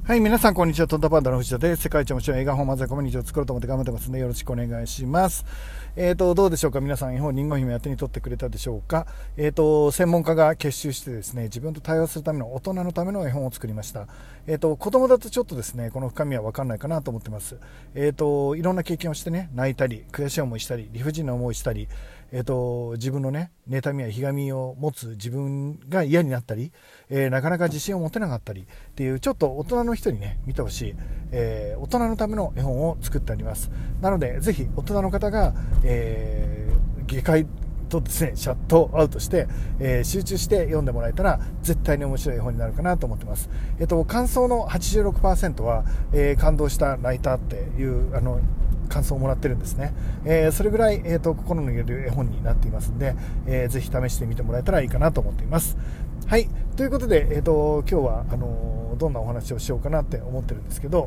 はい、皆さんこんにちは。トンタパンダの藤田です。世界一面白い映画本漫才コミュニティを作ろうと思って頑張ってますのでよろしくお願いします。どうでしょうか皆さん、絵本りんご姫は手に取ってくれたでしょうか。専門家が結集してですね、自分と対話するための大人のための絵本を作りました。子供だとちょっとですね、この深みは分かんないかなと思ってます。いろんな経験をしてね、泣いたり、悔しい思いしたり、理不尽な思いしたり、自分のね、妬みやひがみを持つ自分が嫌になったり、なかなか自信を持てなかったりっていうちょっと大人の人にね見てほしい、大人のための絵本を作ってあります。なのでぜひ大人の方が、下界とですねシャットアウトして、集中して読んでもらえたら絶対に面白い絵本になるかなと思ってます。感想の 86% は、感動した、泣いたっていう感想をもらってるんですね。それぐらい、心の揺れる絵本になっていますので、ぜひ試してみてもらえたらいいかなと思っています。はい、ということで、今日はどんなお話をしようかなって思ってるんですけど、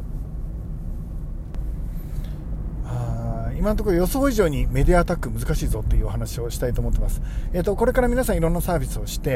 今のところ予想以上にメディアアタック難しいぞっていうお話をしたいと思ってます。これから皆さんいろんなサービスをして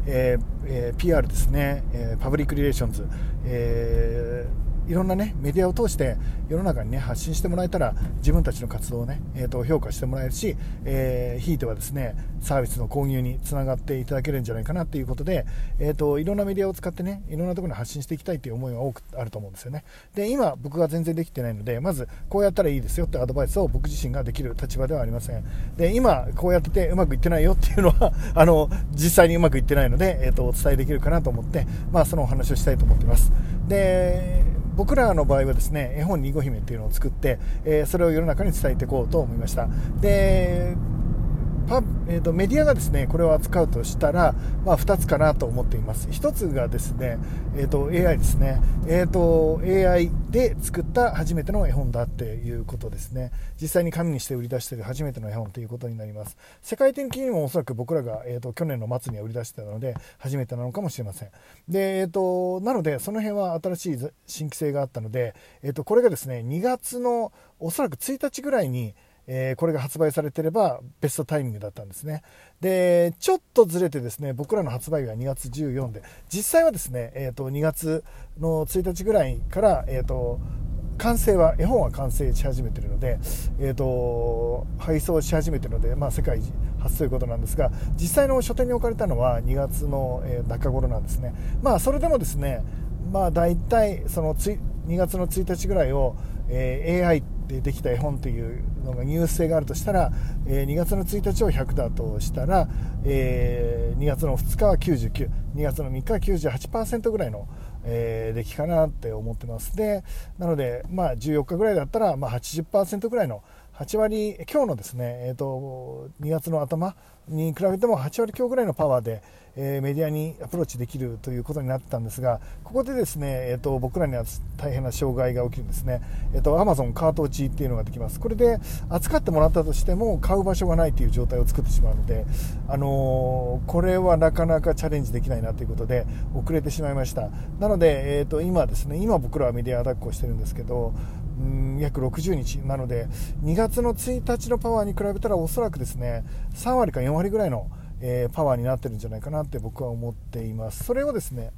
、PR ですね、パブリックリレーションズ、いろんなねメディアを通して世の中にね発信してもらえたら自分たちの活動をね、評価してもらえるし、ひいてはですねサービスの購入につながっていただけるんじゃないかなということで、いろんなメディアを使ってねいろんなところに発信していきたいという思いが多くあると思うんですよね。で今僕が全然できてないので、まずこうやったらいいですよってアドバイスを僕自身ができる立場ではありません。で今こうやっててうまくいってないよっていうのは実際にうまくいってないので、お伝えできるかなと思って、そのお話をしたいと思っています。で僕らの場合はですね絵本りんご姫っていうのを作って、それを世の中に伝えていこうと思いました。でメディアがですねこれを扱うとしたら、2つかなと思っています。1つがですね、AI ですね、AI で作った初めての絵本だっていうことですね。実際に紙にして売り出している初めての絵本ということになります。世界的にもおそらく僕らが、去年の末には売り出していたので初めてなのかもしれません。で、なのでその辺は新しい新規性があったので、これがですね2月のおそらく1日ぐらいにこれが発売されていればベストタイミングだったんですね。でちょっとずれてですね僕らの発売日は2月14で実際はですね、2月の1日ぐらいから、絵本は完成し始めているので、配送し始めているので、世界初ということなんですが、実際の書店に置かれたのは2月の、中頃なんですね。それでもですねだいたいその2月の1日ぐらいを、AI でできた絵本というのがニュース性があるとしたら、2月の1日を100だとしたら、2月の2日は99、2月の3日は 98% ぐらいの、出来かなって思ってます。でなので、14日ぐらいだったら、80% ぐらいの8割今日のですね、2月の頭に比べても8割強ぐらいのパワーで、メディアにアプローチできるということになったんですが、ここでですね、僕らには大変な障害が起きるんですね。Amazon カート打ちっていうのができます。これで扱ってもらったとしても買う場所がないという状態を作ってしまうので、これはなかなかチャレンジできないなということで遅れてしまいました。なので、今ですね今僕らはメディアアタックをしてるんですけど、約60日なので2月の1日のパワーに比べたらおそらくですね3割か4割ぐらいの、パワーになってるんじゃないかなって僕は思っています。それをですね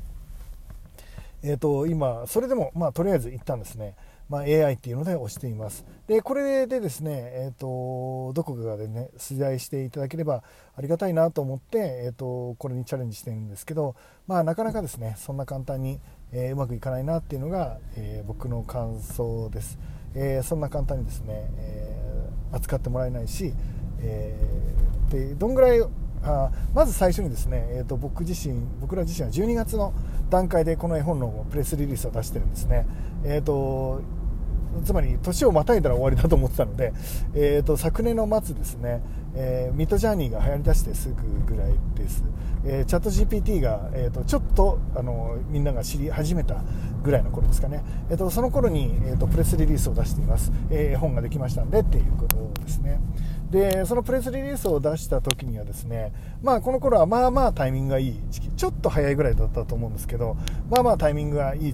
今それでもとりあえず一旦ですね、AI っていうので押しています。でこれでですね、どこかでね取材していただければありがたいなと思って、これにチャレンジしてるんですけど、なかなかですねそんな簡単にうまくいかないなっていうのが、僕の感想です。そんな簡単にですね、扱ってもらえないし、でどんぐらいまず最初にですね、僕ら自身は12月の段階でこの絵本のプレスリリースを出してるんですね。つまり年をまたいだら終わりだと思ってたので、昨年の末ですね、ミッドジャーニーが流行りだしてすぐぐらいです。チャット GPT が、ちょっとみんなが知り始めたぐらいの頃ですかね。その頃に、プレスリリースを出しています。絵本ができましたんでっていうことですね。でそのプレスリリースを出した時にはですね、この頃はタイミングがいい時期、ちょっと早いぐらいだったと思うんですけど、タイミングがいい時期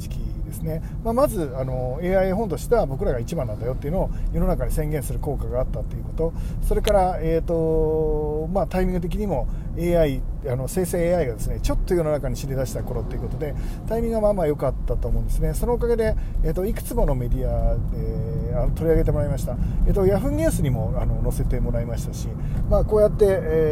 ですね、まずAI 絵本としては僕らが一番なんだよっていうのを世の中に宣言する効果があったということ、それから、タイミング的にも 生成 AI がですねちょっと世の中に知り出した頃ということでタイミングがまあ良かったと思うんですね。そのおかげで、いくつものメディアで取り上げてもらいました。ヤフーニュースにも載せてもらいましたし、こうやって、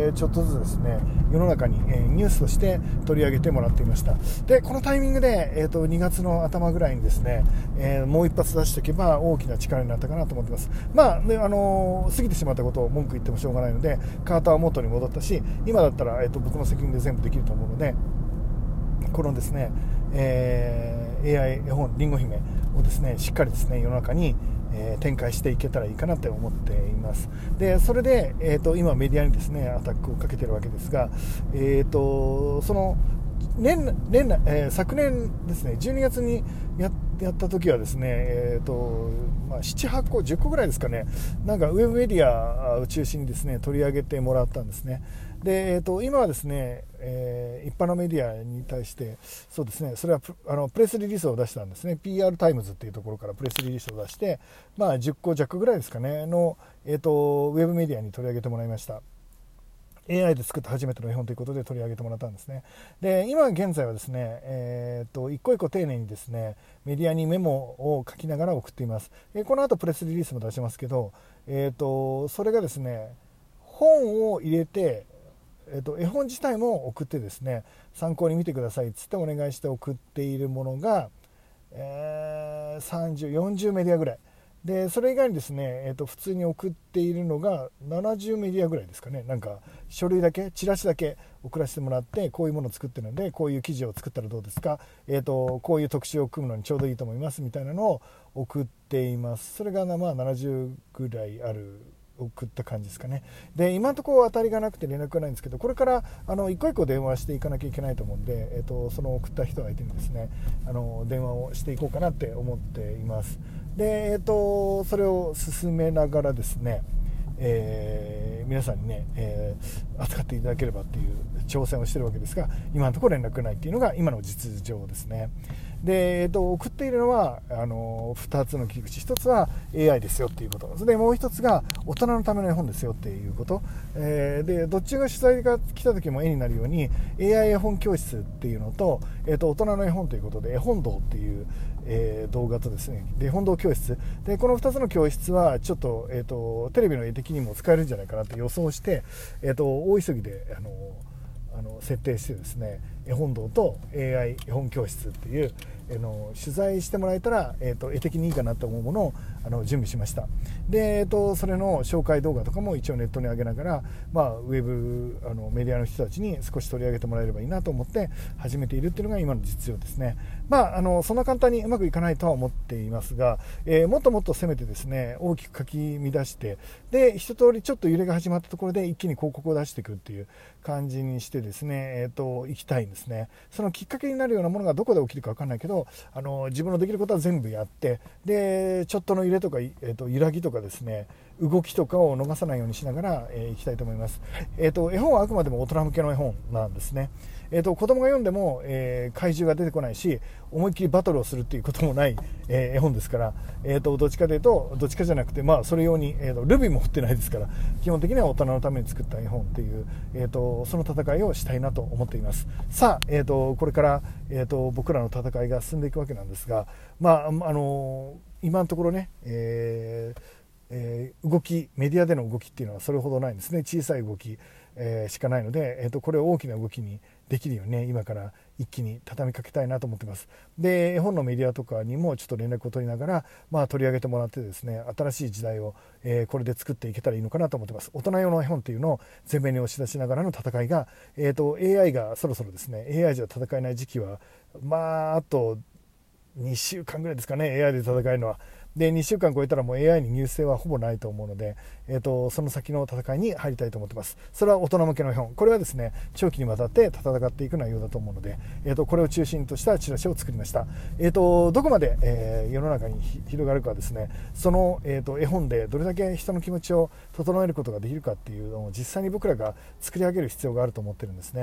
ちょっとずつですね世の中に、ニュースとして取り上げてもらっていました。でこのタイミングで、2月の頭ぐらいにですね、もう一発出しておけば大きな力になったかなと思ってます。過ぎてしまったことを文句言ってもしょうがないのでカートは元に戻ったし、今だったら、僕の責任で全部できると思うので、このですね、AI 絵本りんご姫をですねしっかりですね世の中に展開していけたらいいかなと思っています。でそれで、今メディアにですねアタックをかけているわけですが、その昨年ですね12月にやった時はですね、7、8個10個ぐらいですかね、なんかウェブメディアを中心にですね取り上げてもらったんですね。で、今はですね、一般のメディアに対してそうですね、それはプレスリリースを出したんですね。 PR タイムズっていうところからプレスリリースを出して、10個弱ぐらいですかねの、ウェブメディアに取り上げてもらいました。AI で作った初めての絵本ということで取り上げてもらったんですね。で今現在はですね、一個一個丁寧にですねメディアにメモを書きながら送っています。この後プレスリリースも出しますけど、それがですね本を入れて、絵本自体も送ってですね参考に見てくださいっつってお願いして送っているものが、30、40メディアぐらいで、それ以外にですね、普通に送っているのが70メディアぐらいですかね。なんか書類だけチラシだけ送らせてもらって、こういうものを作ってるのでこういう記事を作ったらどうですか、こういう特集を組むのにちょうどいいと思いますみたいなのを送っています。それが70ぐらい送った感じですかね。で今のところ当たりがなくて連絡がないんですけど、これから一個一個電話していかなきゃいけないと思うんで、その送った人相手にですね電話をしていこうかなって思っています。で、それを進めながらですね、皆さんにね、扱っていただければっていう挑戦をしているわけですが、今のところ連絡がないっていうのが今の実情ですね。で、送っているのは2つの切り口、1つは AI ですよっていうことで、もう1つが大人のための絵本ですよっていうこと、でどっちが取材が来た時も絵になるように AI 絵本教室っていうのと、大人の絵本ということで絵本堂っていう動画とですね、絵本堂教室で、この2つの教室はちょっと、テレビの絵的にも使えるんじゃないかなと予想して、大急ぎで設定してですね、絵本堂と AI 絵本教室っていう取材してもらえたら、絵的にいいかなと思うものを準備しました。で、それの紹介動画とかも一応ネットに上げながら、ウェブメディアの人たちに少し取り上げてもらえればいいなと思って始めているっていうのが今の実情ですね。そんな簡単にうまくいかないとは思っていますが、もっともっと攻めてですね大きく書き乱して、で一通りちょっと揺れが始まったところで一気に広告を出していくっていう感じにしてですね、行きたいんですね。そのきっかけになるようなものがどこで起きるか分かんないけど、自分のできることは全部やって、でちょっとの揺れとか、揺らぎとかですね動きとかを逃さないようにしながら、いきたいと思います。絵本はあくまでも大人向けの絵本なんですね。子供が読んでも、怪獣が出てこないし思いっきりバトルをするっていうこともない、絵本ですから、どっちかというとどっちかじゃなくて、それ用に、ルビーも振ってないですから、基本的には大人のために作った絵本っていう、その戦いをしたいなと思っています。さあ、これから、僕らの戦いが進んでいくわけなんですが、今のところね、動きメディアでの動きっていうのはそれほどないんですね。小さい動き、しかないので、これを大きな動きにできるようにね今から一気に畳みかけたいなと思ってます。で絵本のメディアとかにもちょっと連絡を取りながら、取り上げてもらってですね新しい時代を、これで作っていけたらいいのかなと思ってます。大人用の絵本っていうのを前面に押し出しながらの戦いが、AI がそろそろですね AI じゃ戦えない時期はあと2週間ぐらいですかね、 AI で戦えるのは。で2週間超えたらもう AI に入手はほぼないと思うので、その先の戦いに入りたいと思ってます。それは大人向けの絵本、これはですね長期にわたって戦っていく内容だと思うので、これを中心としたチラシを作りました。どこまで、世の中に広がるかはですね、その、絵本でどれだけ人の気持ちを整えることができるかっていうのを実際に僕らが作り上げる必要があると思ってるんですね。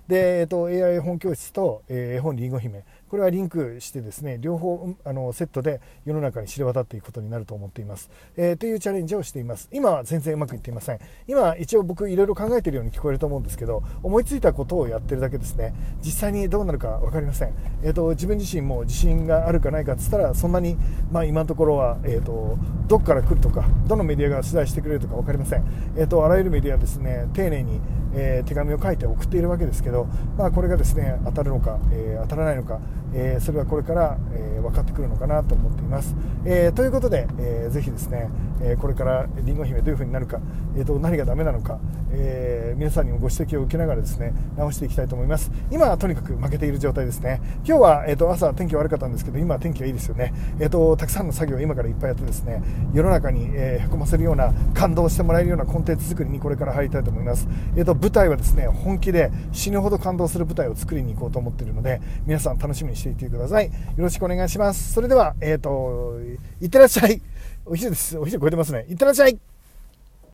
で、AI 絵本教室と、絵本りんご姫、これはリンクしてですね、両方セットで世の中に知れ渡っていくことになると思っています、というチャレンジをしています。今は全然うまくいっていません。今一応僕いろいろ考えているように聞こえると思うんですけど、思いついたことをやってるだけですね。実際にどうなるか分かりません。自分自身も自信があるかないかっつったらそんなに、今のところは、どこから来るとかどのメディアが取材してくれるとか分かりません。あらゆるメディアはですね、丁寧に、手紙を書いて送っているわけですけど、これがですね、当たるのか、当たらないのか、それはこれから、分かってくるのかなと思っています。ということで、ぜひですね、これからりんご姫どういう風になるか、何がダメなのか、皆さんにもご指摘を受けながらですね、直していきたいと思います。今はとにかく負けている状態ですね。今日は、朝天気悪かったんですけど、今は天気がいいですよね。たくさんの作業を今からいっぱいやってですね、世の中に、へこませるような、感動してもらえるようなコンテンツ作りにこれから入りたいと思います。舞台はですね、本気で死ぬほど感動する舞台を作りに行こうと思っているので、皆さん楽しみにしていてください。よろしくお願いします。それでは、いってらっしゃい。お昼です。お昼超えてますね。いってらっしゃい。